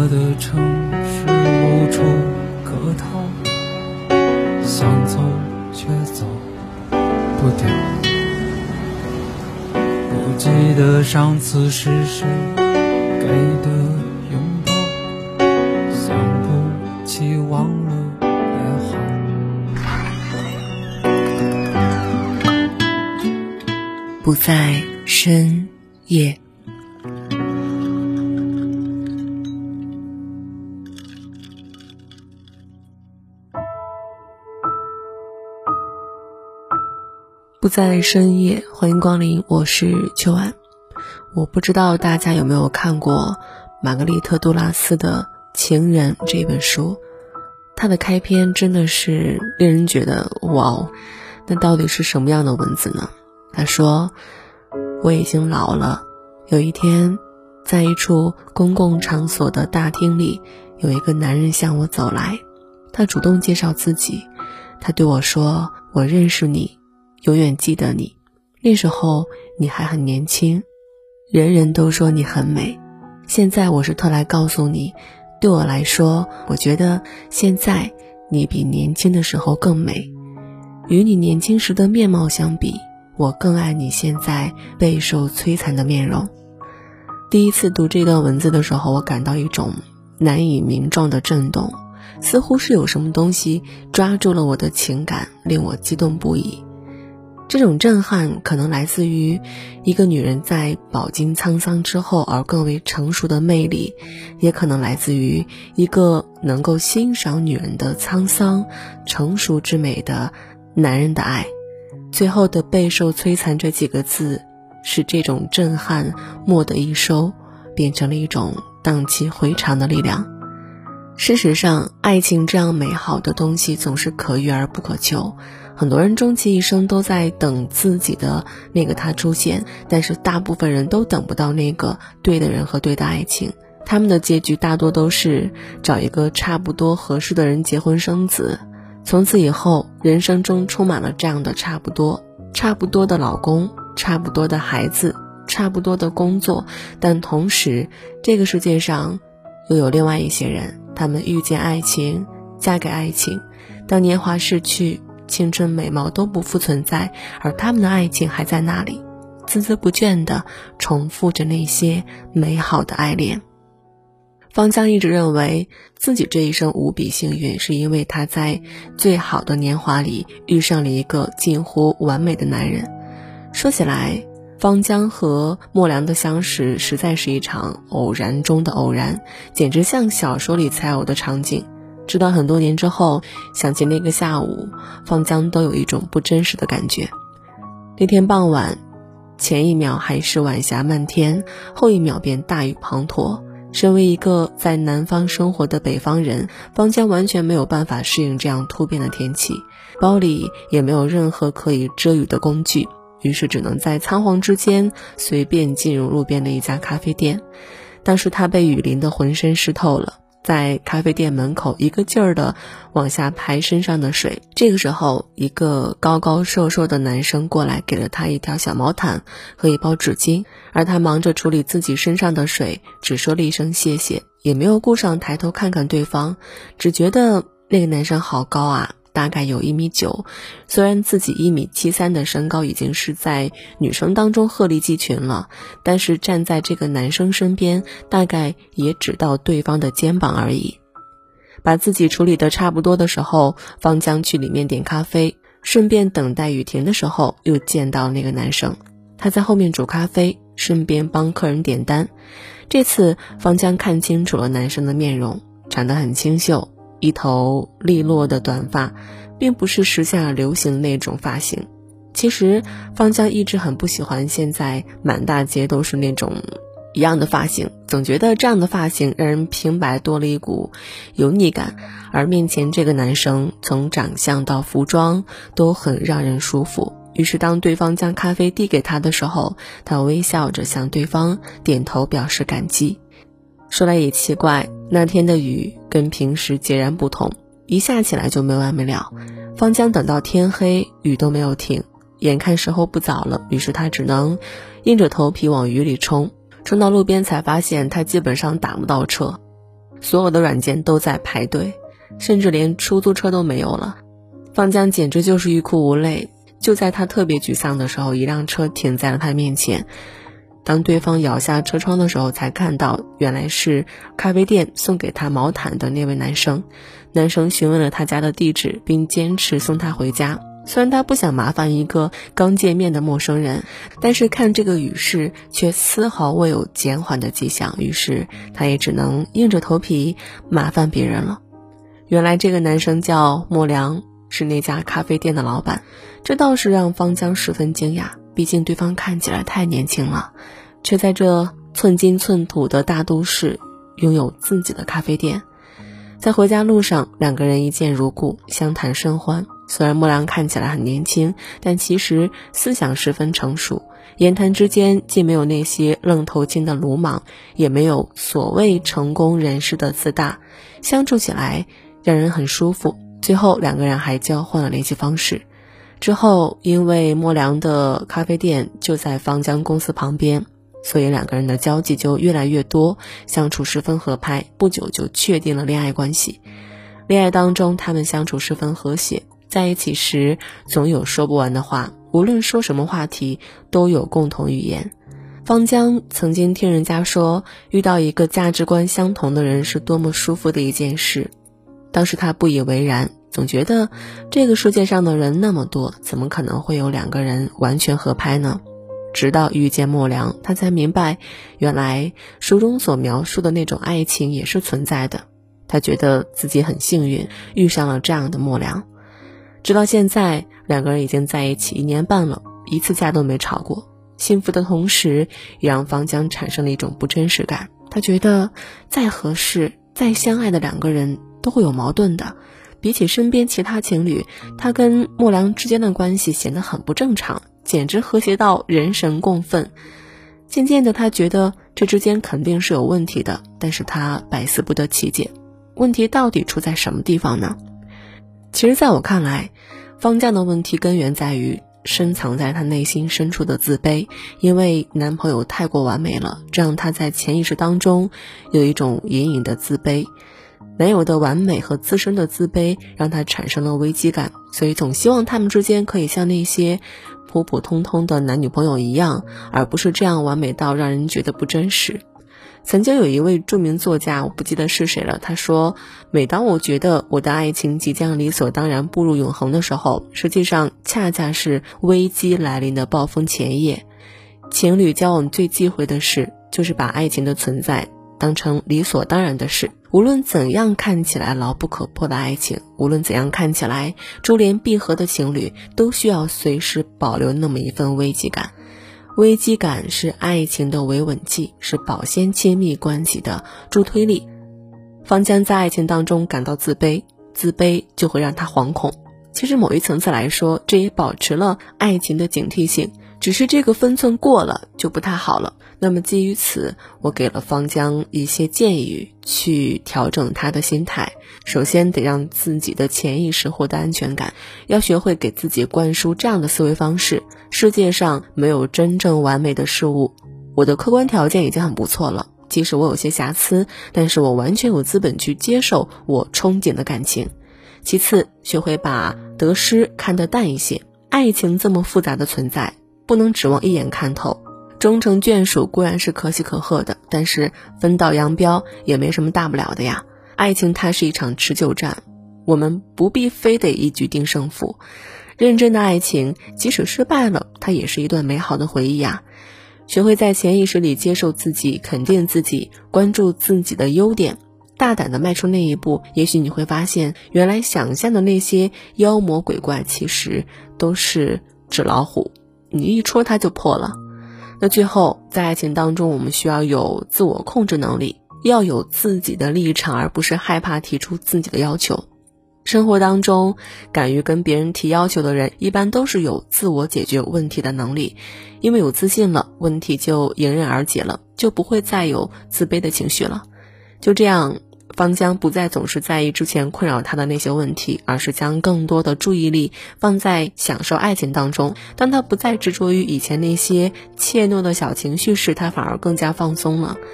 我的城市无处可逃，想走却走不掉。不记得上次是谁给的拥抱，想不起忘了也好。 不在深夜。不在深夜，欢迎光临，我是秋晚。我不知道大家有没有看过玛格丽特·杜拉斯的《情人》这本书，它的开篇真的是令人觉得哇哦，那到底是什么样的文字呢？他说，我已经老了，有一天在一处公共场所的大厅里，有一个男人向我走来，他主动介绍自己，他对我说，我认识你，永远记得你，那时候你还很年轻，人人都说你很美，现在我是特来告诉你，对我来说，我觉得现在你比年轻的时候更美，与你年轻时的面貌相比，我更爱你现在备受摧残的面容。第一次读这段文字的时候，我感到一种难以名状的震动，似乎是有什么东西抓住了我的情感，令我激动不已。这种震撼可能来自于一个女人在饱经沧桑之后而更为成熟的魅力，也可能来自于一个能够欣赏女人的沧桑、成熟之美的男人的爱。最后的备受摧残这几个字，使这种震撼蓦地一收，变成了一种荡气回肠的力量。事实上，爱情这样美好的东西总是可遇而不可求，很多人终其一生都在等自己的那个他出现，但是大部分人都等不到那个对的人和对的爱情，他们的结局大多都是找一个差不多合适的人结婚生子。从此以后，人生中充满了这样的差不多的老公，差不多的孩子，差不多的工作，但同时这个世界上又有另外一些人，他们遇见爱情，嫁给爱情，当年华逝去，青春美貌都不复存在，而他们的爱情还在那里，孜孜不倦地重复着那些美好的爱恋。方江一直认为自己这一生无比幸运，是因为他在最好的年华里遇上了一个近乎完美的男人。说起来，方江和莫良的相识实在是一场偶然中的偶然，简直像小说里才有的场景。直到很多年之后，想起那个下午，方江都有一种不真实的感觉。那天傍晚，前一秒还是晚霞漫天，后一秒便大雨滂沱。身为一个在南方生活的北方人，方江完全没有办法适应这样突变的天气，包里也没有任何可以遮雨的工具，于是只能在仓皇之间随便进入路边的一家咖啡店。当时他被雨淋得浑身湿透了，在咖啡店门口一个劲儿地往下拍身上的水。这个时候，一个高高瘦瘦的男生过来给了他一条小毛毯和一包纸巾，而他忙着处理自己身上的水，只说了一声谢谢，也没有顾上抬头看看对方，只觉得那个男生好高啊，大概有1.9米，虽然自己1.73米的身高已经是在女生当中鹤立鸡群了，但是站在这个男生身边，大概也只到对方的肩膀而已。把自己处理得差不多的时候，方江去里面点咖啡，顺便等待雨停的时候，又见到那个男生，他在后面煮咖啡，顺便帮客人点单。这次方江看清楚了男生的面容，长得很清秀，一头利落的短发，并不是时下流行的那种发型。其实方江一直很不喜欢现在满大街都是那种一样的发型，总觉得这样的发型让人平白多了一股油腻感，而面前这个男生从长相到服装都很让人舒服。于是当对方将咖啡递给他的时候，他微笑着向对方点头表示感激。说来也奇怪，那天的雨跟平时截然不同，一下起来就没完没了。方江等到天黑，雨都没有停，眼看时候不早了，于是他只能硬着头皮往雨里冲到路边才发现他基本上打不到车。 所有的软件都在排队，甚至连出租车都没有了。方江简直就是欲哭无泪。就在他特别沮丧的时候，一辆车停在了他面前。当对方摇下车窗的时候，才看到原来是咖啡店送给他毛毯的那位男生。男生询问了他家的地址，并坚持送他回家。虽然他不想麻烦一个刚见面的陌生人，但是看这个雨势却丝毫未有减缓的迹象，于是他也只能硬着头皮麻烦别人了。原来这个男生叫莫良，是那家咖啡店的老板，这倒是让方江十分惊讶，毕竟对方看起来太年轻了，却在这寸金寸土的大都市拥有自己的咖啡店。在回家路上，两个人一见如故，相谈甚欢。虽然莫良看起来很年轻，但其实思想十分成熟，言谈之间既没有那些愣头青的鲁莽，也没有所谓成功人士的自大，相处起来让人很舒服。最后两个人还交换了联系方式。之后因为莫良的咖啡店就在方江公司旁边，所以两个人的交际就越来越多，相处十分合拍，不久就确定了恋爱关系。恋爱当中他们相处十分和谐，在一起时总有说不完的话，无论说什么话题都有共同语言。方江曾经听人家说，遇到一个价值观相同的人是多么舒服的一件事。当时他不以为然，总觉得这个世界上的人那么多，怎么可能会有两个人完全合拍呢？直到遇见莫良，他才明白，原来书中所描述的那种爱情也是存在的。他觉得自己很幸运，遇上了这样的莫良。直到现在，两个人已经在一起1年半了，一次架都没吵过。幸福的同时，也让方江产生了一种不真实感。他觉得再合适、再相爱的两个人都会有矛盾的。比起身边其他情侣，他跟莫良之间的关系显得很不正常，简直和谐到人神共愤。渐渐的，他觉得这之间肯定是有问题的，但是他百思不得其解，问题到底出在什么地方呢？其实在我看来，方江的问题根源在于深藏在他内心深处的自卑，因为男朋友太过完美了，这让他在潜意识当中有一种隐隐的自卑。男友的完美和自身的自卑让他产生了危机感，所以总希望他们之间可以像那些普普通通的男女朋友一样，而不是这样完美到让人觉得不真实。曾经有一位著名作家，我不记得是谁了，他说，每当我觉得我的爱情即将理所当然步入永恒的时候，实际上恰恰是危机来临的暴风前夜。情侣交往最忌讳的事，就是把爱情的存在当成理所当然的事。无论怎样看起来牢不可破的爱情，无论怎样看起来珠联璧合的情侣，都需要随时保留那么一份危机感。危机感是爱情的维稳剂，是保鲜亲密关系的助推力。方江在爱情当中感到自卑，自卑就会让他惶恐。其实某一层次来说，这也保持了爱情的警惕性，只是这个分寸过了就不太好了。那么基于此，我给了方江一些建议去调整他的心态。首先得让自己的潜意识获得安全感，要学会给自己灌输这样的思维方式：世界上没有真正完美的事物，我的客观条件已经很不错了，即使我有些瑕疵，但是我完全有资本去接受我憧憬的感情。其次，学会把得失看得淡一些，爱情这么复杂的存在，不能指望一眼看透。终成眷属固然是可喜可贺的，但是分道扬镳也没什么大不了的呀。爱情它是一场持久战，我们不必非得一局定胜负。认真的爱情即使失败了，它也是一段美好的回忆呀。学会在潜意识里接受自己，肯定自己，关注自己的优点，大胆地迈出那一步，也许你会发现，原来想象的那些妖魔鬼怪其实都是纸老虎，你一戳它就破了。那最后，在爱情当中，我们需要有自我控制能力，要有自己的立场，而不是害怕提出自己的要求。生活当中，敢于跟别人提要求的人，一般都是有自我解决问题的能力，因为有自信了，问题就迎刃而解了，就不会再有自卑的情绪了。就这样，方江不再总是在意之前困扰他的那些问题，而是将更多的注意力放在享受爱情当中。当他不再执着于以前那些怯懦的小情绪时，他反而更加放松了。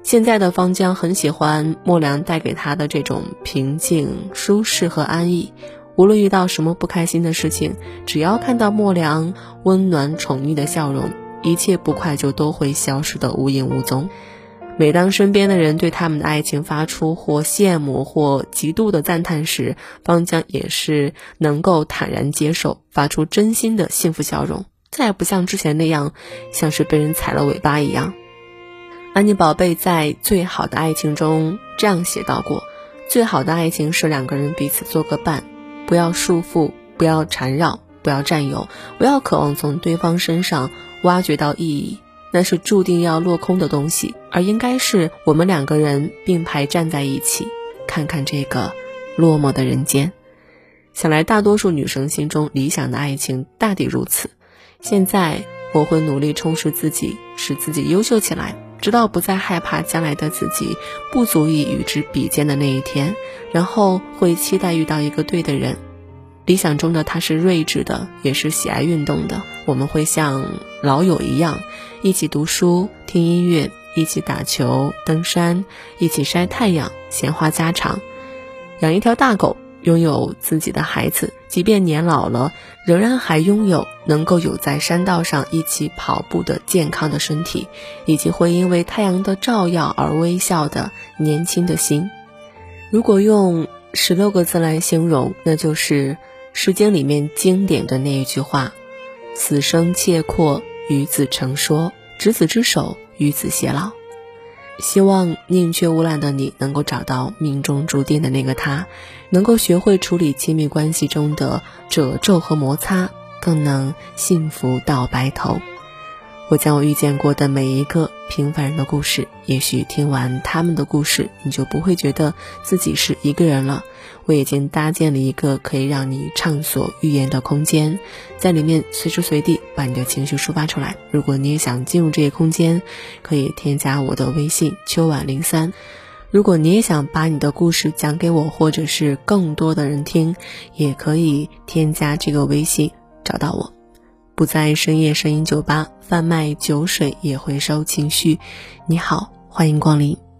现在的方江很喜欢莫良带给他的这种平静、舒适和安逸，无论遇到什么不开心的事情，只要看到莫良温暖宠溺的笑容，一切不快就都会消失得无影无踪。每当身边的人对他们的爱情发出或羡慕或极度的赞叹时，方江也是能够坦然接受，发出真心的幸福笑容，再也不像之前那样像是被人踩了尾巴一样。安妮宝贝在最好的爱情中这样写到过，最好的爱情是两个人彼此做个伴，不要束缚，不要缠绕，不要占有，不要渴望从对方身上挖掘到意义，那是注定要落空的东西，而应该是我们两个人并排站在一起，看看这个落寞的人间。想来大多数女生心中理想的爱情大抵如此。现在我会努力充实自己，使自己优秀起来，直到不再害怕将来的自己不足以与之比肩的那一天，然后会期待遇到一个对的人。理想中的他是睿智的，也是喜爱运动的，我们会像老友一样，一起读书、听音乐，一起打球、登山，一起晒太阳，闲话家常，养一条大狗，拥有自己的孩子，即便年老了，仍然还拥有能够有在山道上一起跑步的健康的身体，以及会因为太阳的照耀而微笑的年轻的心。如果用16个字来形容，那就是诗经里面经典的那一句话：死生契阔，与子成说，执子之手，与子偕老。希望宁缺毋滥的你能够找到命中注定的那个他，能够学会处理亲密关系中的褶皱和摩擦，更能幸福到白头。我将我遇见过的每一个平凡人的故事，也许听完他们的故事，你就不会觉得自己是一个人了。我已经搭建了一个可以让你畅所欲言的空间，在里面随时随地把你的情绪抒发出来。如果你也想进入这个空间，可以添加我的微信秋晚03。如果你也想把你的故事讲给我，或者是更多的人听，也可以添加这个微信找到我。不在深夜声音酒吧贩卖酒水，也会收情绪。你好，欢迎光临。